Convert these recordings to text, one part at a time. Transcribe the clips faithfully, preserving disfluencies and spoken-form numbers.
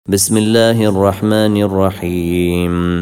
بسم الله الرحمن الرحيم.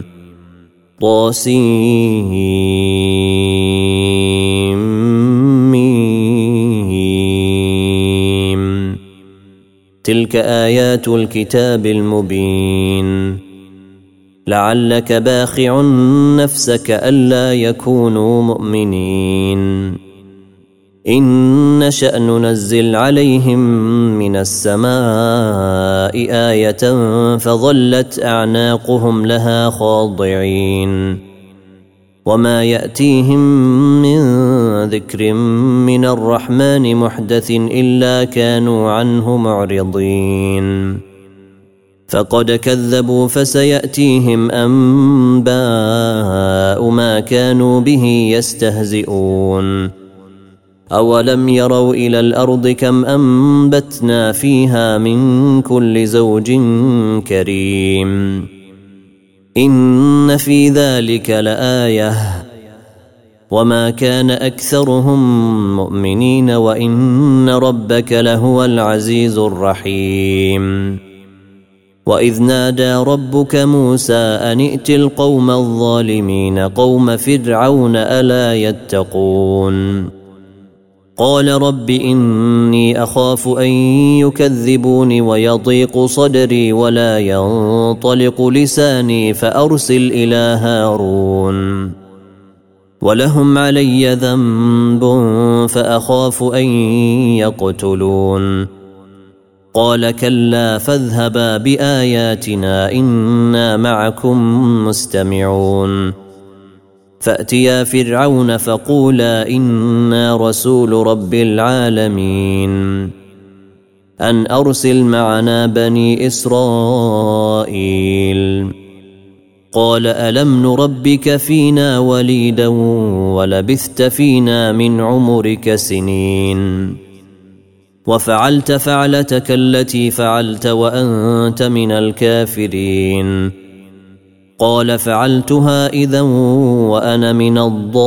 طاسيم. تلك آيات الكتاب المبين. لعلك باخع نفسك ألا يكونوا مؤمنين إن نشأ ننزل عليهم من السماء آية فظلت أعناقهم لها خاضعين وما يأتيهم من ذكر من الرحمن محدث إلا كانوا عنه معرضين فقد كذبوا فسيأتيهم أنباء ما كانوا به يستهزئون أولم يروا إلى الأرض كم أنبتنا فيها من كل زوج كريم إن في ذلك لآية وما كان أكثرهم مؤمنين وإن ربك لهو العزيز الرحيم وإذ نادى ربك موسى أن ائت القوم الظالمين قوم فرعون ألا يتقون قال رب إني أخاف أن يكذبوني ويضيق صدري ولا ينطلق لساني فأرسل إلى هارون ولهم علي ذنب فأخاف أن يقتلون قال كلا فاذهبا بآياتنا إنا معكم مستمعون فأتيا فرعون فقولا إنا رسول رب العالمين أن أرسل معنا بني إسرائيل قال ألم نربك فينا وليدا ولبثت فينا من عمرك سنين وفعلت فعلتك التي فعلت وأنت من الكافرين قال فعلتها إذا وأنا من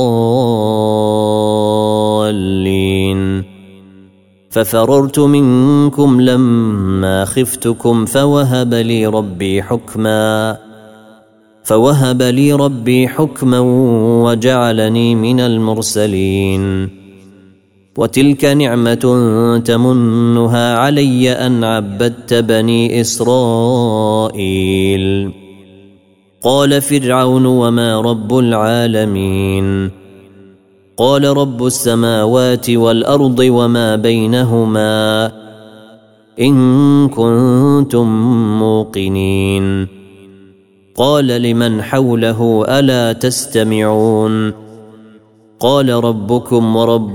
الضالين ففررت منكم لما خفتكم فوهب لي ربي حكما فوهب لي ربي حكما وجعلني من المرسلين وتلك نعمة تمنها علي أن عبدت بني إسرائيل قال فرعون وما رب العالمين قال رب السماوات والأرض وما بينهما إن كنتم موقنين قال لمن حوله ألا تستمعون قال ربكم ورب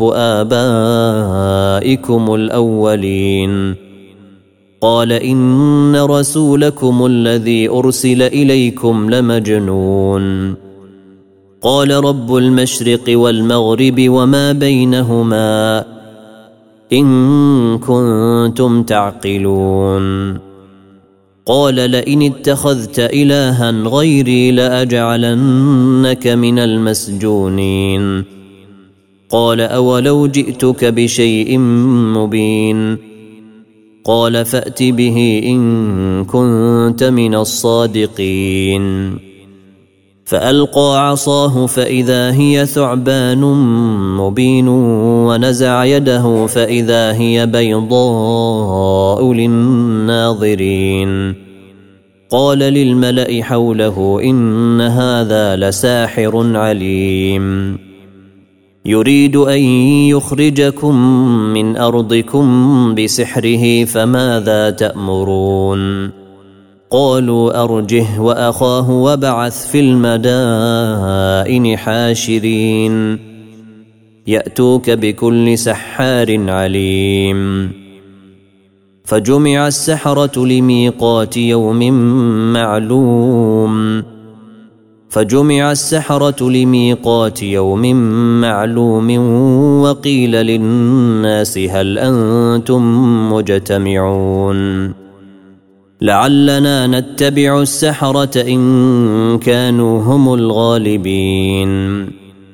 آبائكم الأولين قال إن رسولكم الذي أرسل إليكم لمجنون قال رب المشرق والمغرب وما بينهما إن كنتم تعقلون قال لئن اتخذت إلها غيري لأجعلنك من المسجونين قال أولو جئتك بشيء مبين قال فأت به إن كنت من الصادقين فألقى عصاه فإذا هي ثعبان مبين ونزع يده فإذا هي بيضاء للناظرين قال للملأ حوله إن هذا لساحر عليم يريد أن يخرجكم من أرضكم بسحره فماذا تأمرون قالوا أرجه وأخاه وابعث في المدائن حاشرين يأتوك بكل سحار عليم فجمع السحرة لميقات يوم معلوم فجمع السحرة لميقات يوم معلوم وقيل للناس هل أنتم مجتمعون لعلنا نتبع السحرة إن كانوا هم الغالبين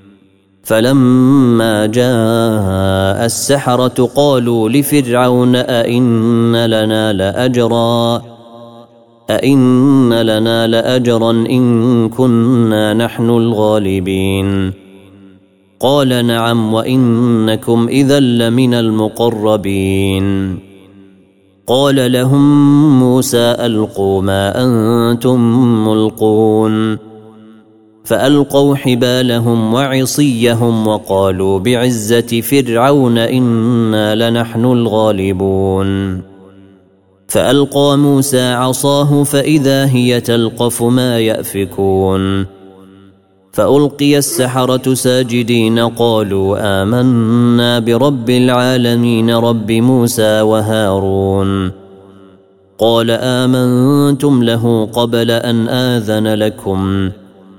فلما جاء السحرة قالوا لفرعون أئن لنا لأجرا أئن لنا لأجرا إن كنا نحن الغالبين قال نعم وإنكم إذا لمن المقربين قال لهم موسى ألقوا ما أنتم ملقون فألقوا حبالهم وعصيهم وقالوا بعزة فرعون إنا لنحن الغالبون فألقى موسى عصاه فإذا هي تلقف ما يأفكون فألقي السحرة ساجدين قالوا آمنا برب العالمين رب موسى وهارون قال آمنتم له قبل أن آذن لكم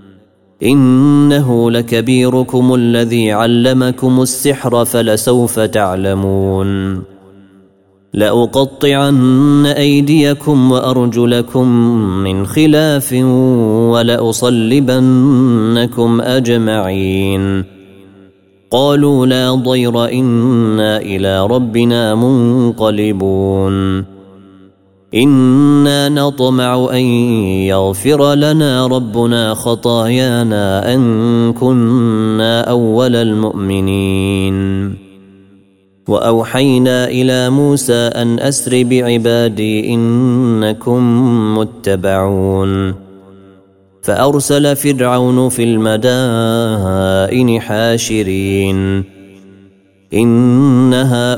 إنه لكبيركم الذي علمكم السحر فلسوف تعلمون لأقطعن أيديكم وأرجلكم من خلاف ولأصلبنكم أجمعين قالوا لا ضير إنا إلى ربنا منقلبون إنا نطمع أن يغفر لنا ربنا خطايانا أن كنا أول المؤمنين وأوحينا إلى موسى أن أسر بعبادي إنكم متبعون فأرسل فرعون في المدائن حاشرين إن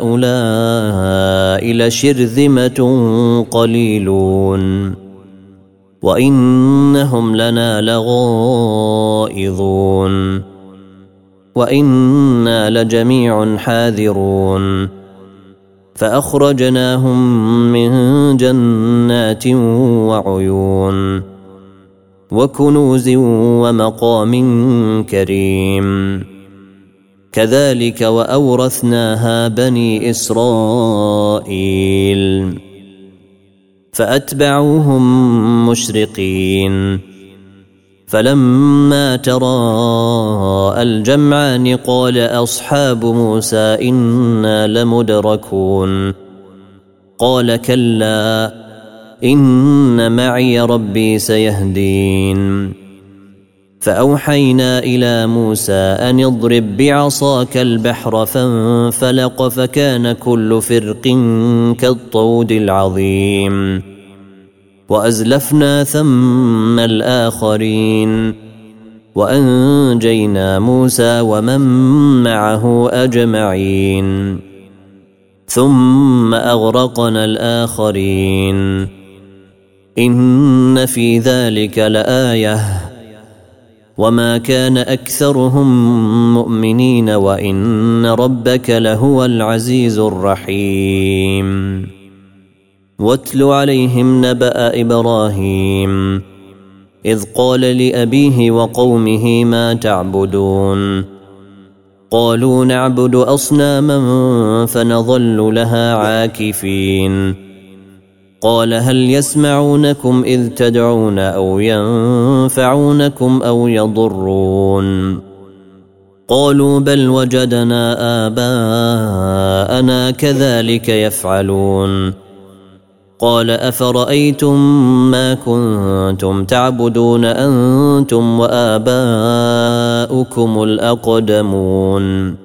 هؤلاء لشرذمة قليلون وإنهم لنا لغائظون وإنا لجميع حاذرون فأخرجناهم من جنات وعيون وكنوز ومقام كريم كذلك وأورثناها بني إسرائيل فأتبعوهم مشرقين فلما تراءى الجمعان قال أصحاب موسى إنا لمدركون قال كلا إن معي ربي سيهدين فأوحينا إلى موسى أن اضرب بعصاك البحر فانفلق فكان كل فرق كالطود العظيم وأزلفنا ثم الآخرين وأنجينا موسى ومن معه أجمعين ثم أغرقنا الآخرين إن في ذلك لآية وما كان أكثرهم مؤمنين وإن ربك لهو العزيز الرحيم واتل عليهم نبأ إبراهيم إذ قال لأبيه وقومه ما تعبدون قالوا نعبد أصناما فنظل لها عاكفين قال هل يسمعونكم إذ تدعون أو ينفعونكم أو يضرون قالوا بل وجدنا آباءنا كذلك يفعلون قال أفرأيتم ما كنتم تعبدون أنتم وآباؤكم الأقدمون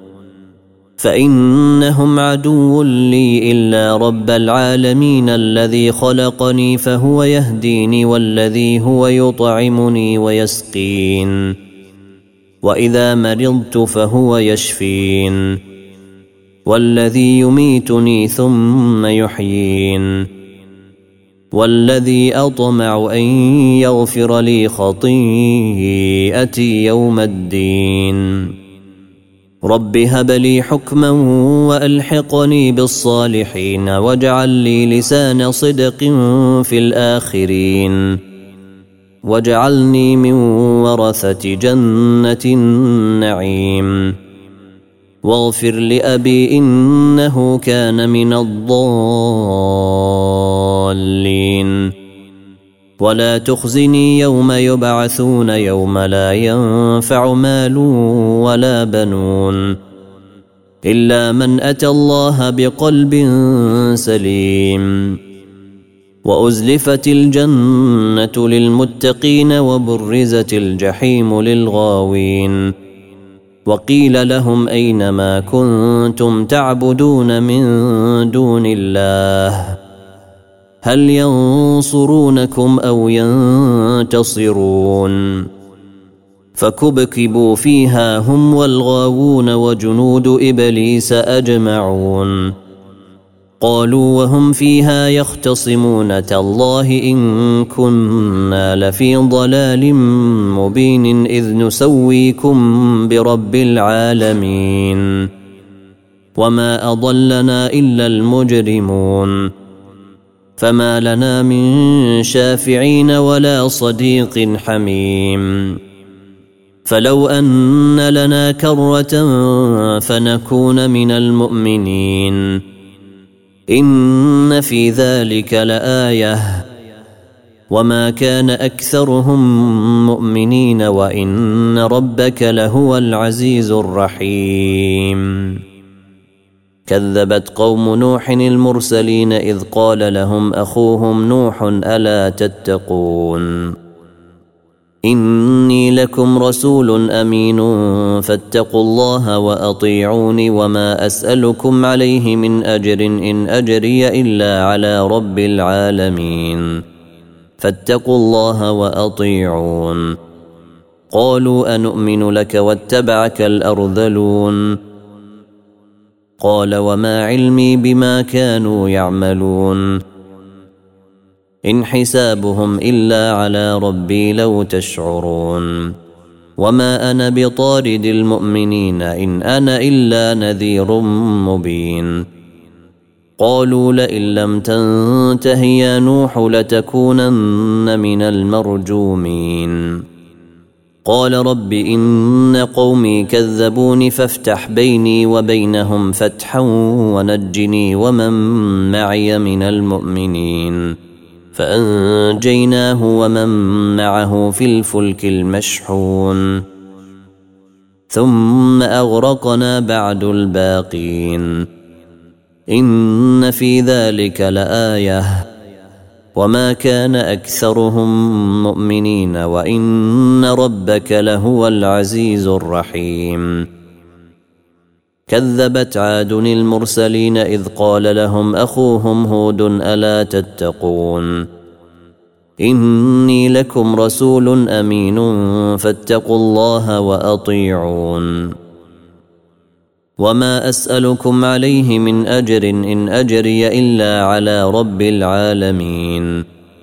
فإنهم عدو لي إلا رب العالمين الذي خلقني فهو يهديني والذي هو يطعمني ويسقين وإذا مرضت فهو يشفين والذي يميتني ثم يحيين والذي أطمع أن يغفر لي خطيئتي يوم الدين رب هب لي حكما وألحقني بالصالحين واجعل لي لسان صدق في الآخرين واجعلني من ورثة جنة النعيم واغفر لأبي إنه كان من الضالين ولا تخزني يوم يبعثون يوم لا ينفع مال ولا بنون إلا من أتى الله بقلب سليم وأزلفت الجنة للمتقين وبرزت الجحيم للغاوين وقيل لهم أين ما كنتم تعبدون من دون الله هل ينصرونكم أو ينتصرون فكبكبوا فيها هم والغاوون وجنود إبليس أجمعون قالوا وهم فيها يختصمون تالله إن كنا لفي ضلال مبين إذ نسويكم برب العالمين وما أضلنا إلا المجرمون فما لنا من شافعين ولا صديق حميم فلو أن لنا كرة فنكون من المؤمنين إن في ذلك لآية وما كان أكثرهم مؤمنين وإن ربك لهو العزيز الرحيم كذبت قوم نوح المرسلين إذ قال لهم أخوهم نوح ألا تتقون إني لكم رسول أمين فاتقوا الله وأطيعوني وما أسألكم عليه من أجر إن أجري إلا على رب العالمين فاتقوا الله وأطيعون قالوا أنؤمن لك واتبعك الأرذلون قال وما علمي بما كانوا يعملون إن حسابهم إلا على ربي لو تشعرون وما أنا بطارد المؤمنين إن أنا إلا نذير مبين قالوا لئن لم تنته يا نوح لتكونن من المرجومين قال رب إن قومي كذبوني فافتح بيني وبينهم فتحا ونجني ومن معي من المؤمنين فأنجيناه ومن معه في الفلك المشحون ثم أغرقنا بعد الباقين إن في ذلك لآية وما كان أكثرهم مؤمنين وإن ربك لهو العزيز الرحيم كذبت عاد المرسلين إذ قال لهم أخوهم هود ألا تتقون إني لكم رسول أمين فاتقوا الله وأطيعون وما أسألكم عليه من أجر إن أجري إلا على رب العالمين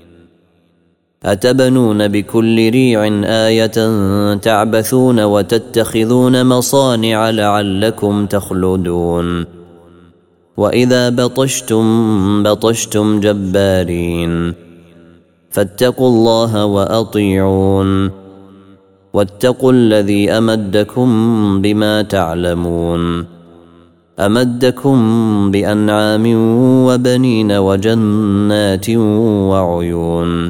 أتبنون بكل ريع آية تعبثون وتتخذون مصانع لعلكم تخلدون وإذا بطشتم بطشتم جبارين فاتقوا الله وأطيعون واتقوا الذي أمدكم بما تعلمون أمدكم بأنعام وبنين وجنات وعيون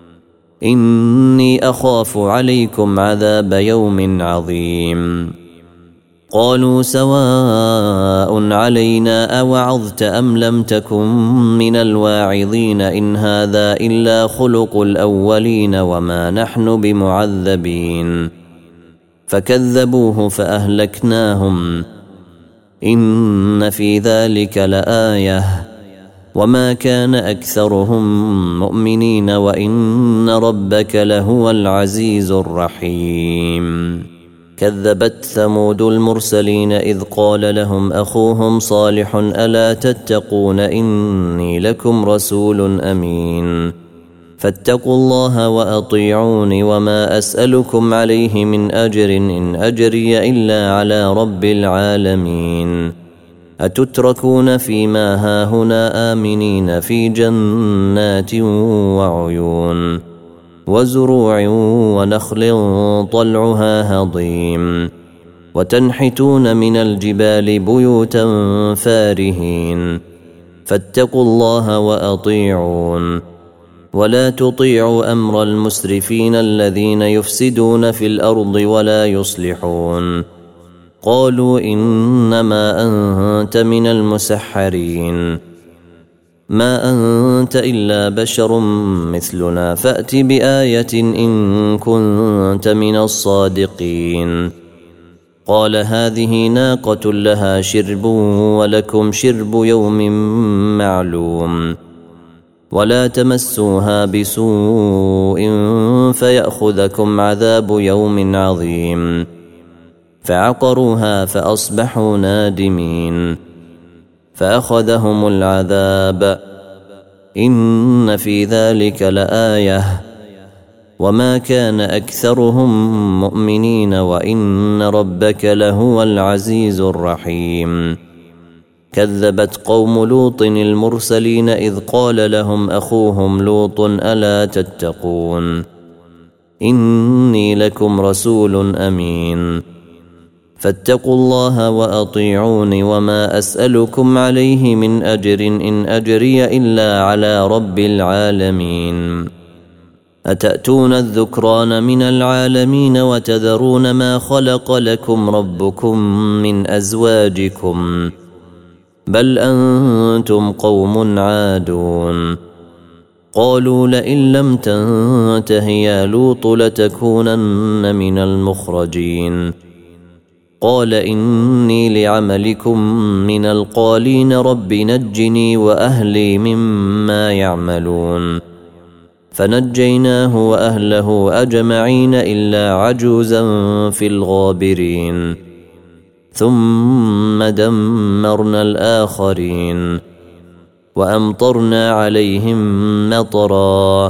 إني أخاف عليكم عذاب يوم عظيم قالوا سواء علينا أوعظت أم لم تكن من الواعظين إن هذا إلا خلق الأولين وما نحن بمعذبين فكذبوه فأهلكناهم إن في ذلك لآية وما كان أكثرهم مؤمنين وإن ربك لهو العزيز الرحيم كذبت ثمود المرسلين إذ قال لهم أخوهم صالح ألا تتقون إني لكم رسول أمين فاتقوا الله وأطيعوني وما أسألكم عليه من أجر إن أجري إلا على رب العالمين أتتركون فيما هاهنا آمنين في جنات وعيون وزروع ونخل طلعها هضيم وتنحتون من الجبال بيوتا فارهين فاتقوا الله وأطيعون ولا تطيعوا أمر المسرفين الذين يفسدون في الأرض ولا يصلحون قالوا إنما أنت من المسحرين ما أنت إلا بشر مثلنا فأت بآية إن كنت من الصادقين. قال هذه ناقة لها شرب ولكم شرب يوم معلوم ولا تمسوها بسوء فيأخذكم عذاب يوم عظيم. فعقروها فأصبحوا نادمين فأخذهم العذاب إن في ذلك لآية وما كان أكثرهم مؤمنين وإن ربك لهو العزيز الرحيم. كذبت قوم لوط المرسلين إذ قال لهم أخوهم لوط ألا تتقون إني لكم رسول أمين فاتقوا الله وأطيعون وما أسألكم عليه من أجر إن أجري إلا على رب العالمين. أتأتون الذكران من العالمين وتذرون ما خلق لكم ربكم من أزواجكم بل أنتم قوم عادون. قالوا لئن لم تنته يا لوط لتكونن من المخرجين. قال إني لعملكم من القالين رب نجني وأهلي مما يعملون. فنجيناه وأهله أجمعين إلا عجوزا في الغابرين ثم دمرنا الآخرين وأمطرنا عليهم مطرا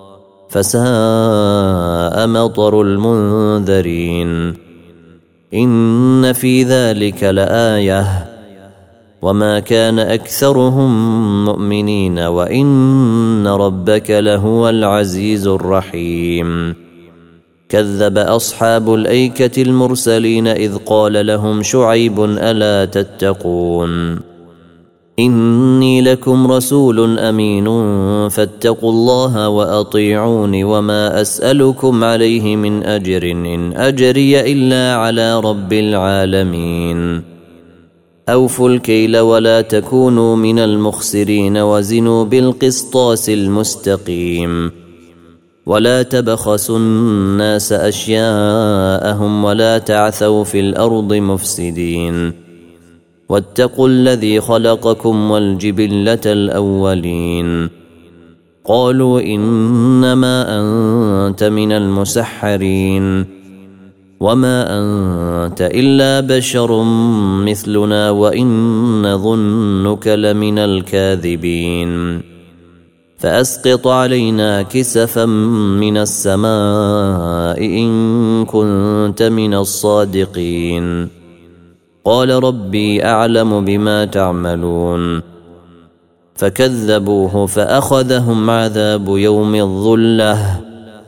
فساء مطر المنذرين. إن في ذلك لآية وما كان أكثرهم مؤمنين وإن ربك لهو العزيز الرحيم. كذب أصحاب الأيكة المرسلين إذ قال لهم شعيب ألا تتقون إني لكم رسول أمين فاتقوا الله وأطيعون وما أسألكم عليه من أجر إن أجري إلا على رب العالمين. أوفوا الكيل ولا تكونوا من المخسرين وزنوا بالقسطاس المستقيم ولا تبخسوا الناس أشياءهم ولا تعثوا في الأرض مفسدين واتقوا الذي خلقكم والجبلة الأولين. قالوا إنما أنت من المسحرين وما أنت إلا بشر مثلنا وإن نظنك لمن الكاذبين. فأسقط علينا كسفا من السماء إن كنت من الصادقين. قال ربي أعلم بما تعملون. فكذبوه فأخذهم عذاب يوم الظلة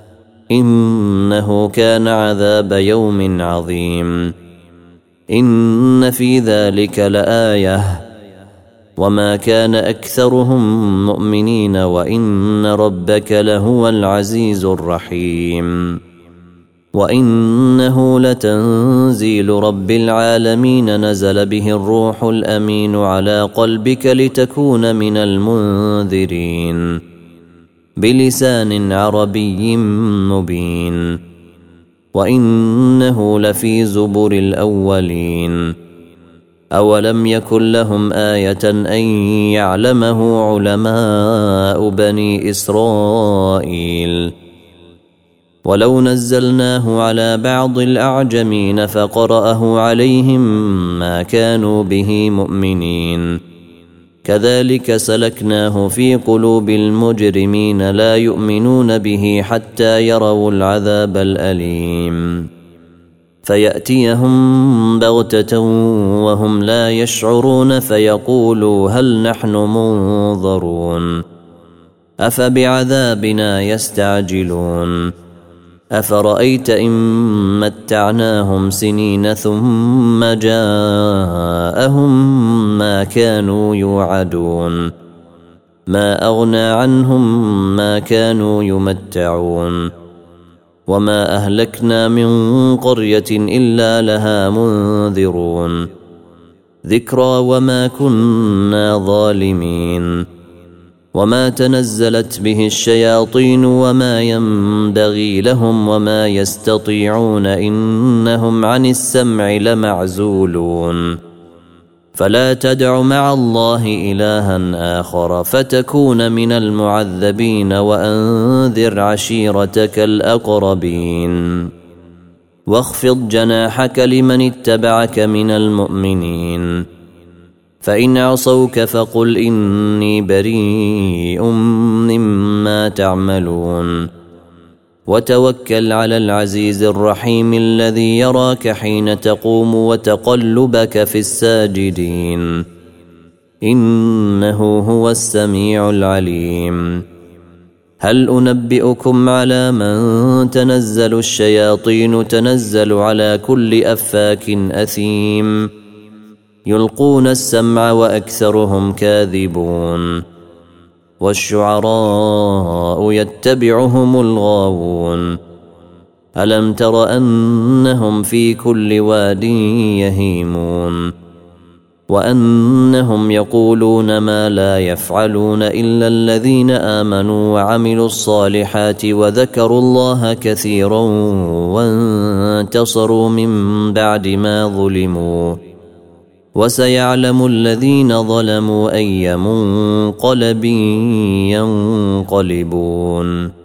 إنه كان عذاب يوم عظيم. إن في ذلك لآية وما كان أكثرهم مؤمنين وإن ربك لهو العزيز الرحيم. وإنه لتنزيل رب العالمين نزل به الروح الأمين على قلبك لتكون من المنذرين بلسان عربي مبين. وإنه لفي زبر الأولين. أولم يكن لهم آية أن يعلمه علماء بني إسرائيل ولو نزلناه على بعض الأعجمين فقرأه عليهم ما كانوا به مؤمنين. كذلك سلكناه في قلوب المجرمين لا يؤمنون به حتى يروا العذاب الأليم فيأتيهم بغتة وهم لا يشعرون فيقولوا هل نحن منظرون أفبعذابنا يستعجلون أفرأيت إن متعناهم سنين ثم جاءهم ما كانوا يوعدون ما أغنى عنهم ما كانوا يمتعون وما أهلكنا من قرية إلا لها منذرون ذكرى وما كنا ظالمين وما تنزلت به الشياطين وما ينبغي لهم وما يستطيعون إنهم عن السمع لمعزولون فلا تدع مع الله إلها آخر فتكون من المعذبين وأنذر عشيرتك الأقربين واخفض جناحك لمن اتبعك من المؤمنين فإن عصوك فقل إني بريء مما تعملون وتوكل على العزيز الرحيم الذي يراك حين تقوم وتقلبك في الساجدين إنه هو السميع العليم هل أنبئكم على من تنزل الشياطين تنزل على كل أفاك أثيم يلقون السمع وأكثرهم كاذبون والشعراء يتبعهم الغاوون ألم تر أنهم في كل واد يهيمون وأنهم يقولون ما لا يفعلون إلا الذين آمنوا وعملوا الصالحات وذكروا الله كثيرا وانتصروا من بعد ما ظلموا وسيعلم الذين ظلموا أي منقلب ينقلبون